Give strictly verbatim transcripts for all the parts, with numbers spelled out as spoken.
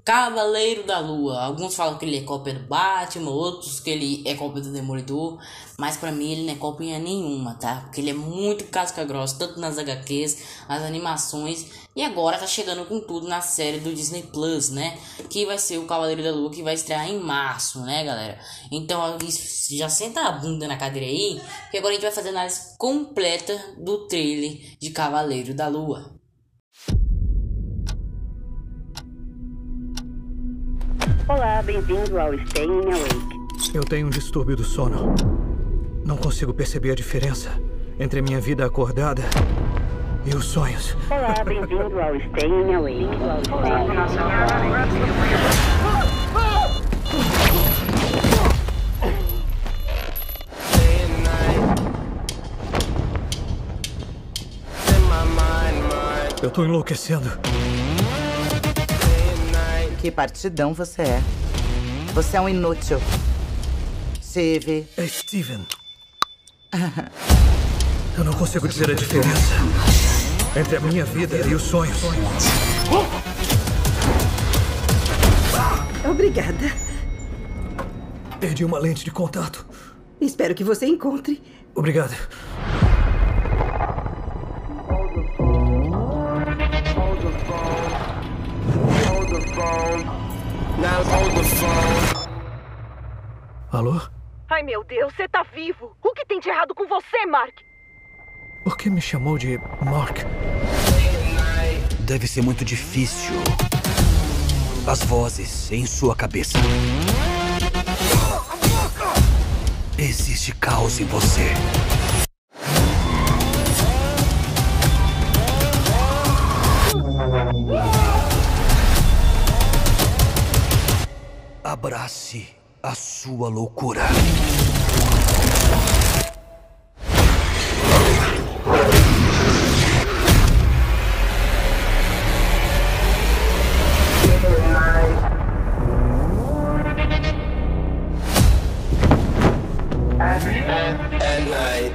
Cavaleiro da Lua. Alguns falam que ele é cópia do Batman, outros que ele é cópia do Demolidor. Mas pra mim ele não é cópia nenhuma, tá? Porque ele é muito casca grossa, tanto nas H Qs, as animações. E agora tá chegando com tudo na série do Disney Plus, né? Que vai ser o Cavaleiro da Lua, que vai estrear em março, né, galera? Então já senta a bunda na cadeira aí, que agora a gente vai fazer a análise completa do trailer de Cavaleiro da Lua. Olá, bem-vindo ao Staying Awake. Eu tenho um distúrbio do sono. Não consigo perceber a diferença entre a minha vida acordada e os sonhos. Olá, bem-vindo ao Staying Awake. Eu tô enlouquecendo. Que partidão você é. Você é um inútil. Steve. É Steven. Eu não consigo dizer a diferença entre a minha vida e os sonhos. Obrigada. Perdi uma lente de contato. Espero que você encontre. Obrigado. Alô? Ai, meu Deus, você tá vivo! O que tem de errado com você, Mark? Por que me chamou de Mark? Deve ser muito difícil. As vozes em sua cabeça. Existe caos em você. Abrace a sua loucura. At night.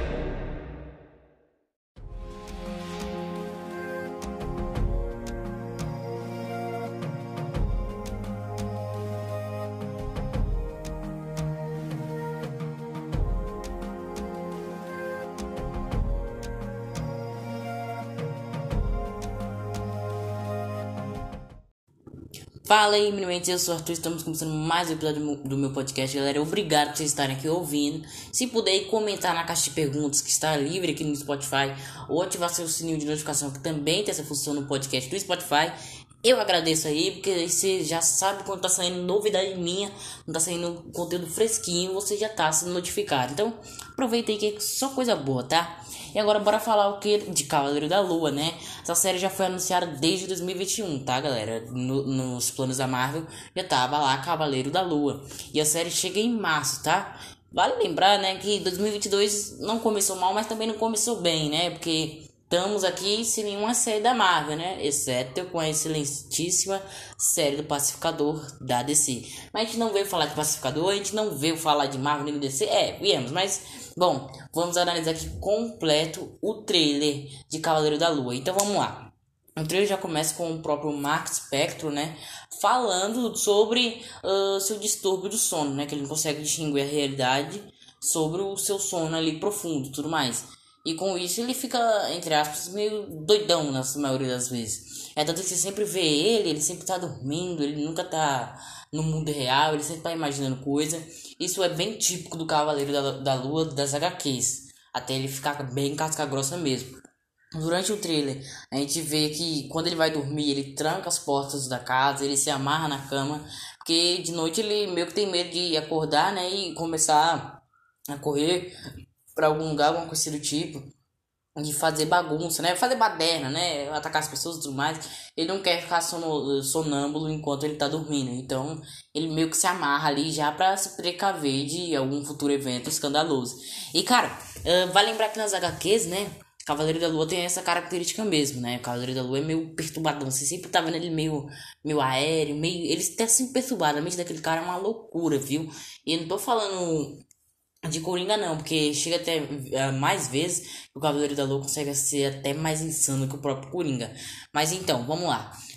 Fala aí, meninos, eu sou o Arthur, estamos começando mais um episódio do meu podcast, galera. Obrigado por vocês estarem aqui ouvindo. Se puder ir comentar na caixa de perguntas que está livre aqui no Spotify, ou ativar seu sininho de notificação, que também tem essa função no podcast do Spotify, eu agradeço aí, porque aí você já sabe quando tá saindo novidade minha, quando tá saindo conteúdo fresquinho, você já tá sendo notificado. Então, aproveita aí que é só coisa boa, tá? E agora bora falar o que de Cavaleiro da Lua, né? Essa série já foi anunciada desde dois mil e vinte e um, tá, galera? No, nos planos da Marvel já tava lá Cavaleiro da Lua. E a série chega em março, tá? Vale lembrar, né, que dois mil e vinte e dois não começou mal, mas também não começou bem, né? Porque estamos aqui sem nenhuma série da Marvel, né? Exceto com a excelentíssima série do Pacificador da D C. Mas a gente não veio falar de Pacificador, a gente não veio falar de Marvel nem do D C. É, viemos, mas... Bom, vamos analisar aqui completo o trailer de Cavaleiro da Lua. Então vamos lá. O trailer já começa com o próprio Mark Spector, né? Falando sobre uh, seu distúrbio do sono, né? Que ele não consegue distinguir a realidade sobre o seu sono ali profundo e tudo mais. E com isso ele fica, entre aspas, meio doidão na maioria das vezes. É tanto que você sempre vê ele, ele sempre tá dormindo, ele nunca tá no mundo real, ele sempre tá imaginando coisa. Isso é bem típico do Cavaleiro da, da Lua das H Qs, até ele ficar bem casca grossa mesmo. Durante o trailer, a gente vê que quando ele vai dormir, ele tranca as portas da casa, ele se amarra na cama, porque de noite ele meio que tem medo de acordar, né, e começar a correr pra algum lugar, alguma coisa do tipo, de fazer bagunça, né, fazer baderna, né, atacar as pessoas e tudo mais. Ele não quer ficar sono, sonâmbulo enquanto ele tá dormindo, então ele meio que se amarra ali já pra se precaver de algum futuro evento escandaloso. E cara, uh, vai lembrar que nas H Qs, né, Cavaleiro da Lua tem essa característica mesmo, né? O Cavaleiro da Lua é meio perturbadão. Você sempre tá vendo ele meio, meio aéreo, meio... Ele tá sempre perturbado. A mente daquele cara é uma loucura, viu? E eu não tô falando de Coringa, não. Porque chega até uh, mais vezes que o Cavaleiro da Lua consegue ser até mais insano que o próprio Coringa. Mas então, vamos lá.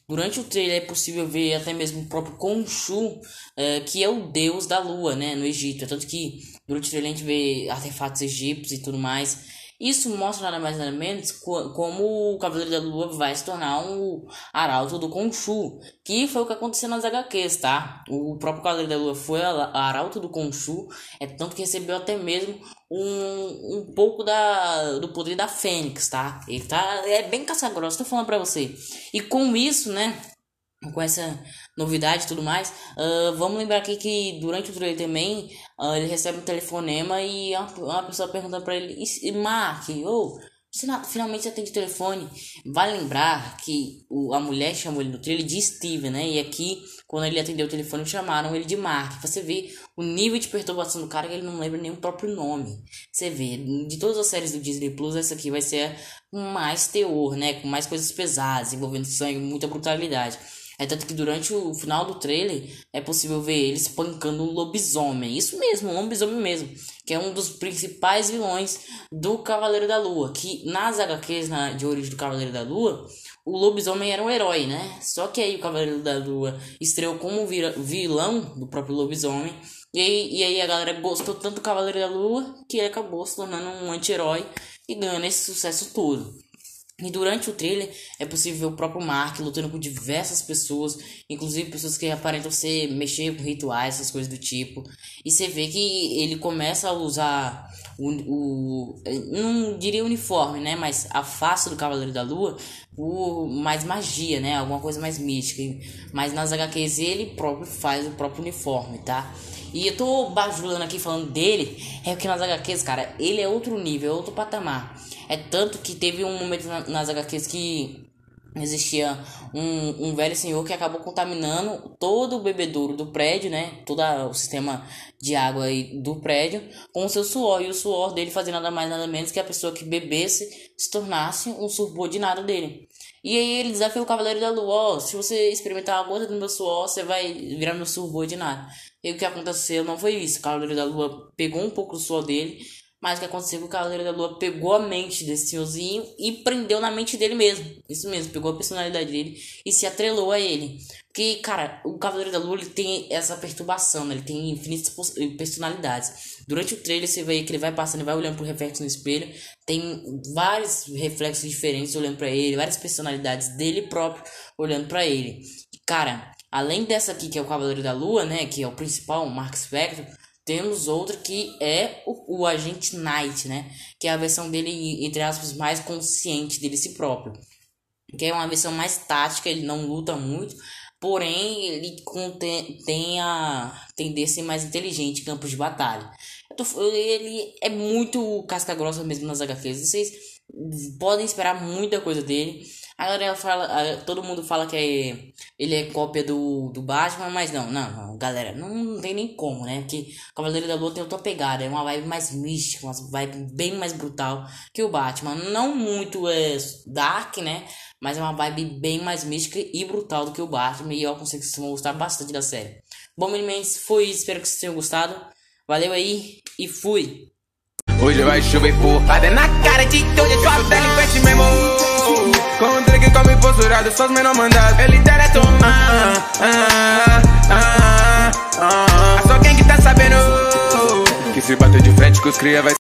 Durante o trailer é possível ver até mesmo o próprio Khonshu, é, que é o deus da lua, né, no Egito. É tanto que durante o trailer a gente vê artefatos egípcios e tudo mais. Isso mostra nada mais nada menos co como o Cavaleiro da Lua vai se tornar um arauto do Khonshu, que foi o que aconteceu nas H Qs, tá? O próprio Cavaleiro da Lua foi arauto do Khonshu, é tanto que recebeu até mesmo um, um pouco da, do poder da Fênix, tá? Ele tá, é bem caça-grossa, tô falando pra você. E com isso, né, com essa novidade e tudo mais, uh, vamos lembrar aqui que durante o trailer também uh, ele recebe um telefonema e uma, uma pessoa pergunta pra ele: e, Mark, oh, você não, finalmente atende o telefone? Vai lembrar que o, a mulher chamou ele no trailer de Steve, né? E aqui, quando ele atendeu o telefone, chamaram ele de Mark. Você vê o nível de perturbação do cara, que ele não lembra nem o próprio nome. Você vê, de todas as séries do Disney Plus, essa aqui vai ser com mais teor, né? Com mais coisas pesadas, envolvendo sangue, muita brutalidade. É tanto que durante o final do trailer é possível ver ele espancando um lobisomem. Isso mesmo, um lobisomem mesmo. Que é um dos principais vilões do Cavaleiro da Lua. Que nas H Qs na, de origem do Cavaleiro da Lua, o lobisomem era um herói, né? Só que aí o Cavaleiro da Lua estreou como vira, vilão do próprio lobisomem. E aí, e aí a galera gostou tanto do Cavaleiro da Lua que ele acabou se tornando um anti-herói e ganhando esse sucesso todo. E durante o trailer é possível ver o próprio Mark lutando com diversas pessoas, inclusive pessoas que aparentam ser mexer com rituais, essas coisas do tipo. E você vê que ele começa a usar o, o não diria uniforme, né, mas a face do Cavaleiro da Lua por mais magia, né, alguma coisa mais mística. Mas nas H Qs ele próprio faz o próprio uniforme, tá? E eu tô bajulando aqui falando dele, é porque nas H Qs, cara, ele é outro nível, é outro patamar. É tanto que teve um momento nas H Qs que existia um, um velho senhor que acabou contaminando todo o bebedouro do prédio, né? Todo o sistema de água aí do prédio com o seu suor. E o suor dele fazia nada mais nada menos que a pessoa que bebesse se tornasse um subordinado dele. E aí ele desafiou o Cavaleiro da Lua: ó, oh, se você experimentar uma gota do meu suor, você vai virar meu subordinado. E o que aconteceu não foi isso. O Cavaleiro da Lua pegou um pouco do suor dele, mas o que aconteceu é que o Cavaleiro da Lua pegou a mente desse senhorzinho e prendeu na mente dele mesmo. Isso mesmo, pegou a personalidade dele e se atrelou a ele. Porque, cara, o Cavaleiro da Lua ele tem essa perturbação, né? Ele tem infinitas personalidades. Durante o trailer você vê que ele vai passando e vai olhando pro reflexo no espelho. Tem vários reflexos diferentes olhando pra ele, várias personalidades dele próprio olhando pra ele. Cara, além dessa aqui que é o Cavaleiro da Lua, né? Que é o principal, o Mark Spector. Temos outra que é o, o Agente Knight, né? Que é a versão dele, entre aspas, mais consciente dele si próprio. Que é uma versão mais tática, ele não luta muito. Porém, ele contém, tem a tendência mais inteligente em campos de batalha. Eu tô, ele é muito casca grossa mesmo nas H Qs. Vocês podem esperar muita coisa dele. A galera fala, todo mundo fala que é, ele é cópia do, do Batman, mas não, não, não, galera, não, não tem nem como, né? Porque Cavaleiro da Lua tem outra pegada, é uma vibe mais mística, uma vibe bem mais brutal que o Batman. Não muito é, dark, né? Mas é uma vibe bem mais mística e brutal do que o Batman. E eu aconselho que vocês vão gostar bastante da série. Bom, meninos, foi isso, espero que vocês tenham gostado. Valeu aí e fui! Hoje vai chover porrada na cara de todo esse delinquente mesmo. Com um drink come posturado, só os menor mandados. Ele direto, ah, ah, ah, ah, ah. Só quem que tá sabendo que se bater de frente com os cria vai